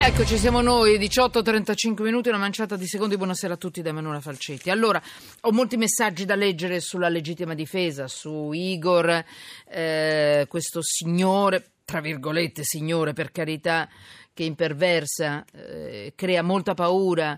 Eccoci, siamo noi, 18:35 minuti, una manciata di secondi. Buonasera a tutti da Emanuela Falcetti. Allora, ho molti messaggi da leggere sulla legittima difesa, su Igor, questo signore, tra virgolette signore per carità, che imperversa, crea molta paura,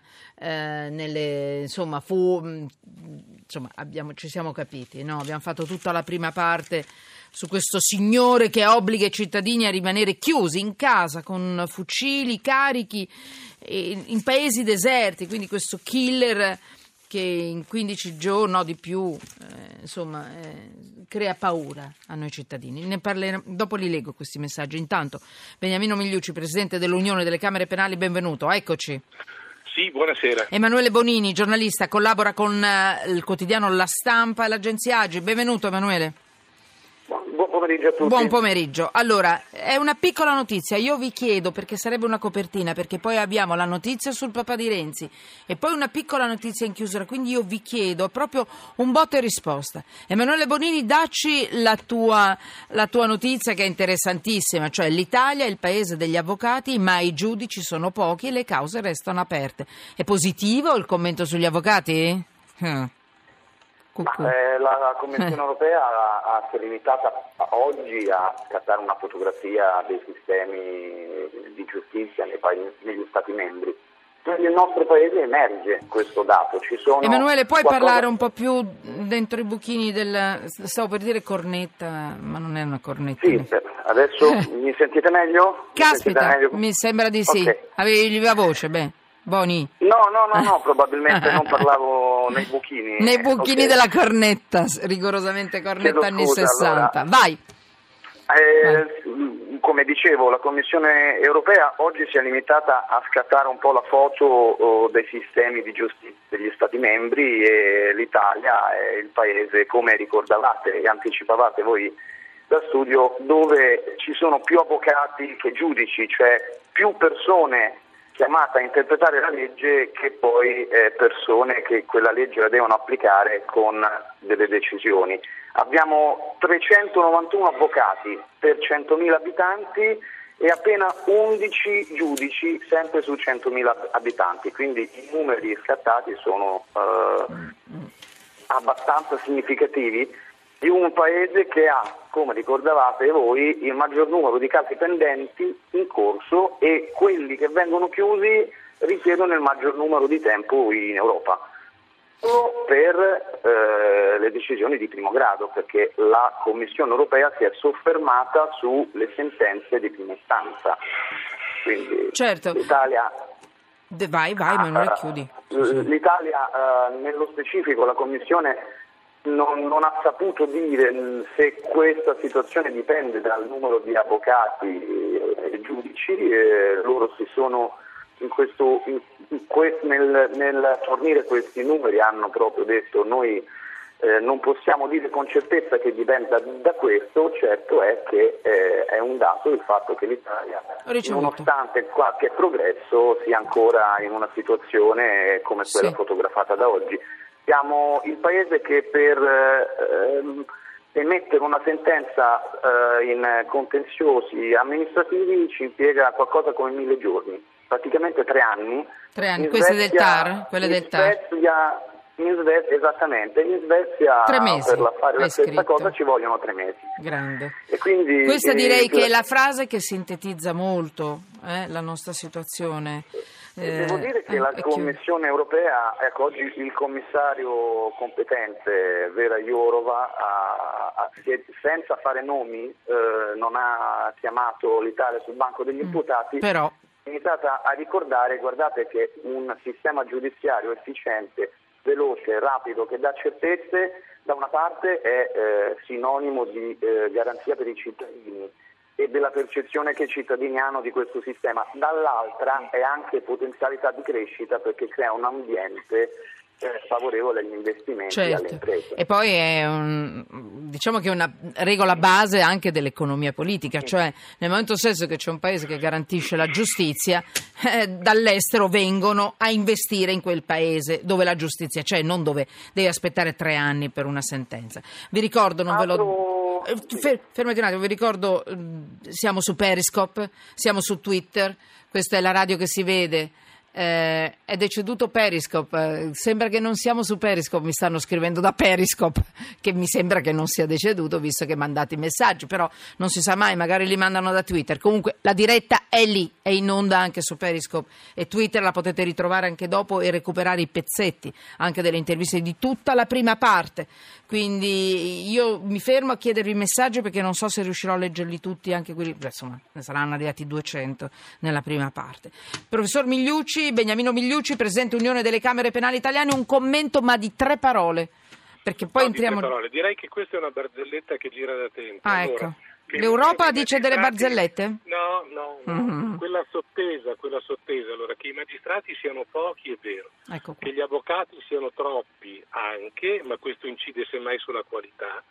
ci siamo capiti, no? Abbiamo fatto tutta la prima parte su questo signore che obbliga i cittadini a rimanere chiusi in casa con fucili carichi in paesi deserti, quindi questo killer che in 15 giorni, no di più, crea paura a noi cittadini. Ne parleremo, dopo li leggo questi messaggi. Intanto Beniamino Migliucci, presidente dell'Unione delle Camere Penali, benvenuto, eccoci. Sì, buonasera. Emanuele Bonini, giornalista, collabora con il quotidiano La Stampa e l'agenzia Agi, benvenuto Emanuele. Buon pomeriggio a tutti. Buon pomeriggio. Allora, è una piccola notizia, io vi chiedo, perché sarebbe una copertina, perché poi abbiamo la notizia sul papà di Renzi e poi una piccola notizia in chiusura, quindi io vi chiedo proprio un botta e risposta. Emanuele Bonini, dacci la tua notizia che è interessantissima, cioè l'Italia è il paese degli avvocati, ma i giudici sono pochi e le cause restano aperte. È positivo il commento sugli avvocati? La Commissione europea si è limitata oggi a scattare una fotografia dei sistemi di giustizia negli Stati membri. Nel nostro paese emerge questo dato. Emanuele, puoi parlare un po' più dentro i buchini stavo per dire cornetta, ma non è una cornetta. Sì, adesso mi sentite meglio? Caspita, mi sembra di sì. Okay. Avevi la voce, Boni? No, probabilmente non parlavo nei buchini. Nei buchini della cornetta, rigorosamente cornetta anni 60. Allora. Vai. Come dicevo, la Commissione europea oggi si è limitata a scattare un po' la foto dei sistemi di giustizia degli Stati membri e l'Italia è il paese, come ricordavate e anticipavate voi da studio, dove ci sono più avvocati che giudici, cioè più persone chiamata a interpretare la legge che poi persone che quella legge la devono applicare con delle decisioni. Abbiamo 391 avvocati per 100.000 abitanti e appena 11 giudici sempre su 100.000 abitanti, quindi i numeri scattati sono abbastanza significativi di un paese che ha, come ricordavate voi, il maggior numero di casi pendenti in corso e quelli che vengono chiusi richiedono il maggior numero di tempo in Europa. Solo per le decisioni di primo grado, perché la Commissione europea si è soffermata sulle sentenze di prima istanza. Quindi certo. L'Italia... Vai, Emanuele, chiudi. L'Italia, nello specifico, la Commissione non ha saputo dire se questa situazione dipende dal numero di avvocati e giudici. Loro si sono nel fornire questi numeri hanno proprio detto noi non possiamo dire con certezza che dipenda da questo. Certo è che è un dato il fatto che l'Italia, nonostante qualche progresso, sia ancora in una situazione come quella fotografata da oggi. Siamo il paese che per emettere una sentenza in contenziosi amministrativi ci impiega qualcosa come 1000 giorni, praticamente 3 anni. 3 anni, queste del TAR? Quelle del TAR? Esattamente, in Svezia 3 mesi, per fare la stessa cosa ci vogliono 3 mesi. Grande. E quindi, questa direi che è la frase che sintetizza molto la nostra situazione. Devo dire che la Commissione europea, oggi il commissario competente Vera Jourova senza fare nomi non ha chiamato l'Italia sul banco degli imputati, però è iniziata a ricordare, guardate che un sistema giudiziario efficiente, veloce, rapido, che dà certezze, da una parte è sinonimo di garanzia per i cittadini e della percezione che i cittadini hanno di questo sistema, dall'altra è anche potenzialità di crescita perché crea un ambiente favorevole agli investimenti e alle imprese. E poi è diciamo che è una regola base anche dell'economia politica, cioè nel momento stesso che c'è un paese che garantisce la giustizia, dall'estero vengono a investire in quel paese dove la giustizia c'è, non dove devi aspettare 3 anni per una sentenza. Vi ricordo, non ve lo... Fermati un attimo, vi ricordo, siamo su Periscope, siamo su Twitter, Questa è la radio che si vede. È deceduto Periscope, sembra che non siamo su Periscope, mi stanno scrivendo da Periscope che mi sembra che non sia deceduto visto che mandate i messaggi, però non si sa mai, magari li mandano da Twitter. Comunque la diretta è lì, è in onda anche su Periscope e Twitter, la potete ritrovare anche dopo e recuperare i pezzetti anche delle interviste di tutta la prima parte, quindi io mi fermo a chiedervi i messaggi perché non so se riuscirò a leggerli tutti, anche quelli, insomma ne saranno arrivati 200 nella prima parte. Professor Migliucci, Beniamino Migliucci, Presidente Unione delle Camere Penali Italiane, un commento ma di 3 parole, perché poi entriamo... Di 3 parole. Direi che questa è una barzelletta che gira da tempo. Ah, allora, ecco. L'Europa dice delle barzellette? No. Quella sottesa. Allora, che i magistrati siano pochi è vero, ecco, che gli avvocati siano troppi anche, ma questo incide semmai sulla qualità.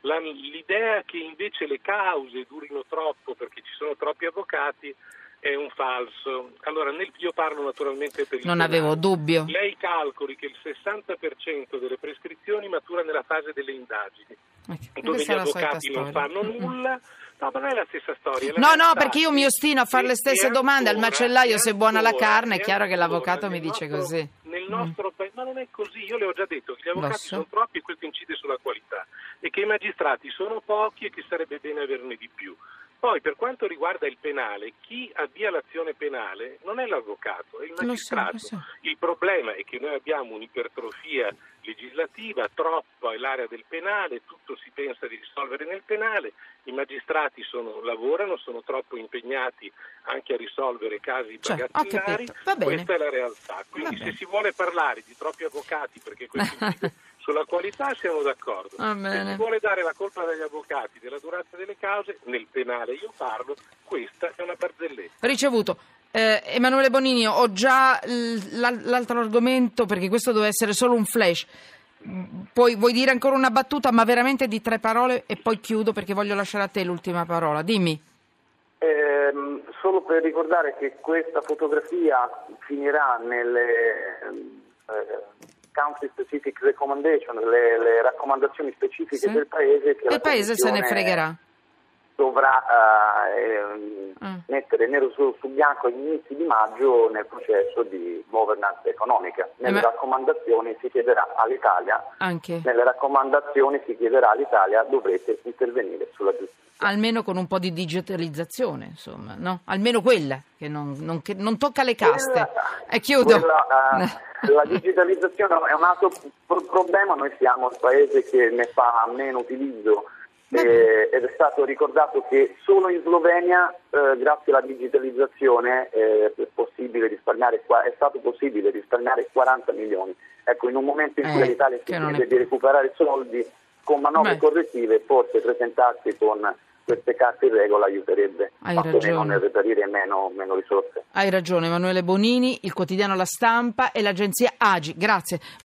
L'idea che invece le cause durino troppo perché ci sono troppi avvocati è un falso. Allora, io parlo naturalmente per il non penale. Avevo dubbio. Lei calcoli che il 60% delle prescrizioni matura nella fase delle indagini, dove gli avvocati non fanno nulla. No, ma non è la stessa storia. No, perché io mi ostino a fare le stesse domande al macellaio se è buona la carne, è chiaro che l'avvocato mi dice così. Nel nostro paese, ma non è così, io le ho già detto che gli avvocati sono troppi e questo incide sulla qualità, e che i magistrati sono pochi e che sarebbe bene averne di più. Poi, per quanto riguarda il penale, chi avvia l'azione penale non è l'avvocato, è il magistrato. Lo so. Il problema è che noi abbiamo un'ipertrofia legislativa, troppa è l'area del penale, tutto si pensa di risolvere nel penale, i magistrati lavorano, sono troppo impegnati anche a risolvere casi bagatellari, questa è la realtà. Quindi se si vuole parlare di troppi avvocati, perché questo incide sulla qualità, siamo d'accordo. Se si vuole dare la colpa agli avvocati della durata delle cause, nel penale io parlo, questa è una barzelletta. Ricevuto. Emanuele Bonini, ho già l'altro argomento, perché questo deve essere solo un flash. Poi vuoi dire ancora una battuta, ma veramente di 3 parole, e poi chiudo perché voglio lasciare a te l'ultima parola. Dimmi. Solo per ricordare che questa fotografia finirà nelle country specific recommendation, le raccomandazioni specifiche del paese, che il paese se ne fregherà. Dovrà mettere nero su bianco agli inizi di maggio nel processo di governance economica. Nelle raccomandazioni si chiederà all'Italia, dovrete intervenire sulla giustizia. Almeno con un po' di digitalizzazione, insomma, no? Almeno quella, che non tocca le caste. Chiudo. La digitalizzazione è un altro problema, noi siamo il paese che ne fa meno utilizzo. Ed è stato ricordato che solo in Slovenia, grazie alla digitalizzazione, è stato possibile risparmiare 40 milioni. Ecco, in un momento in cui l'Italia si chiede di recuperare soldi con manovre correttive, forse presentarsi con queste carte in regola aiuterebbe a reperire meno risorse. Hai ragione, Emanuele Bonini, il quotidiano La Stampa e l'agenzia AGI. Grazie.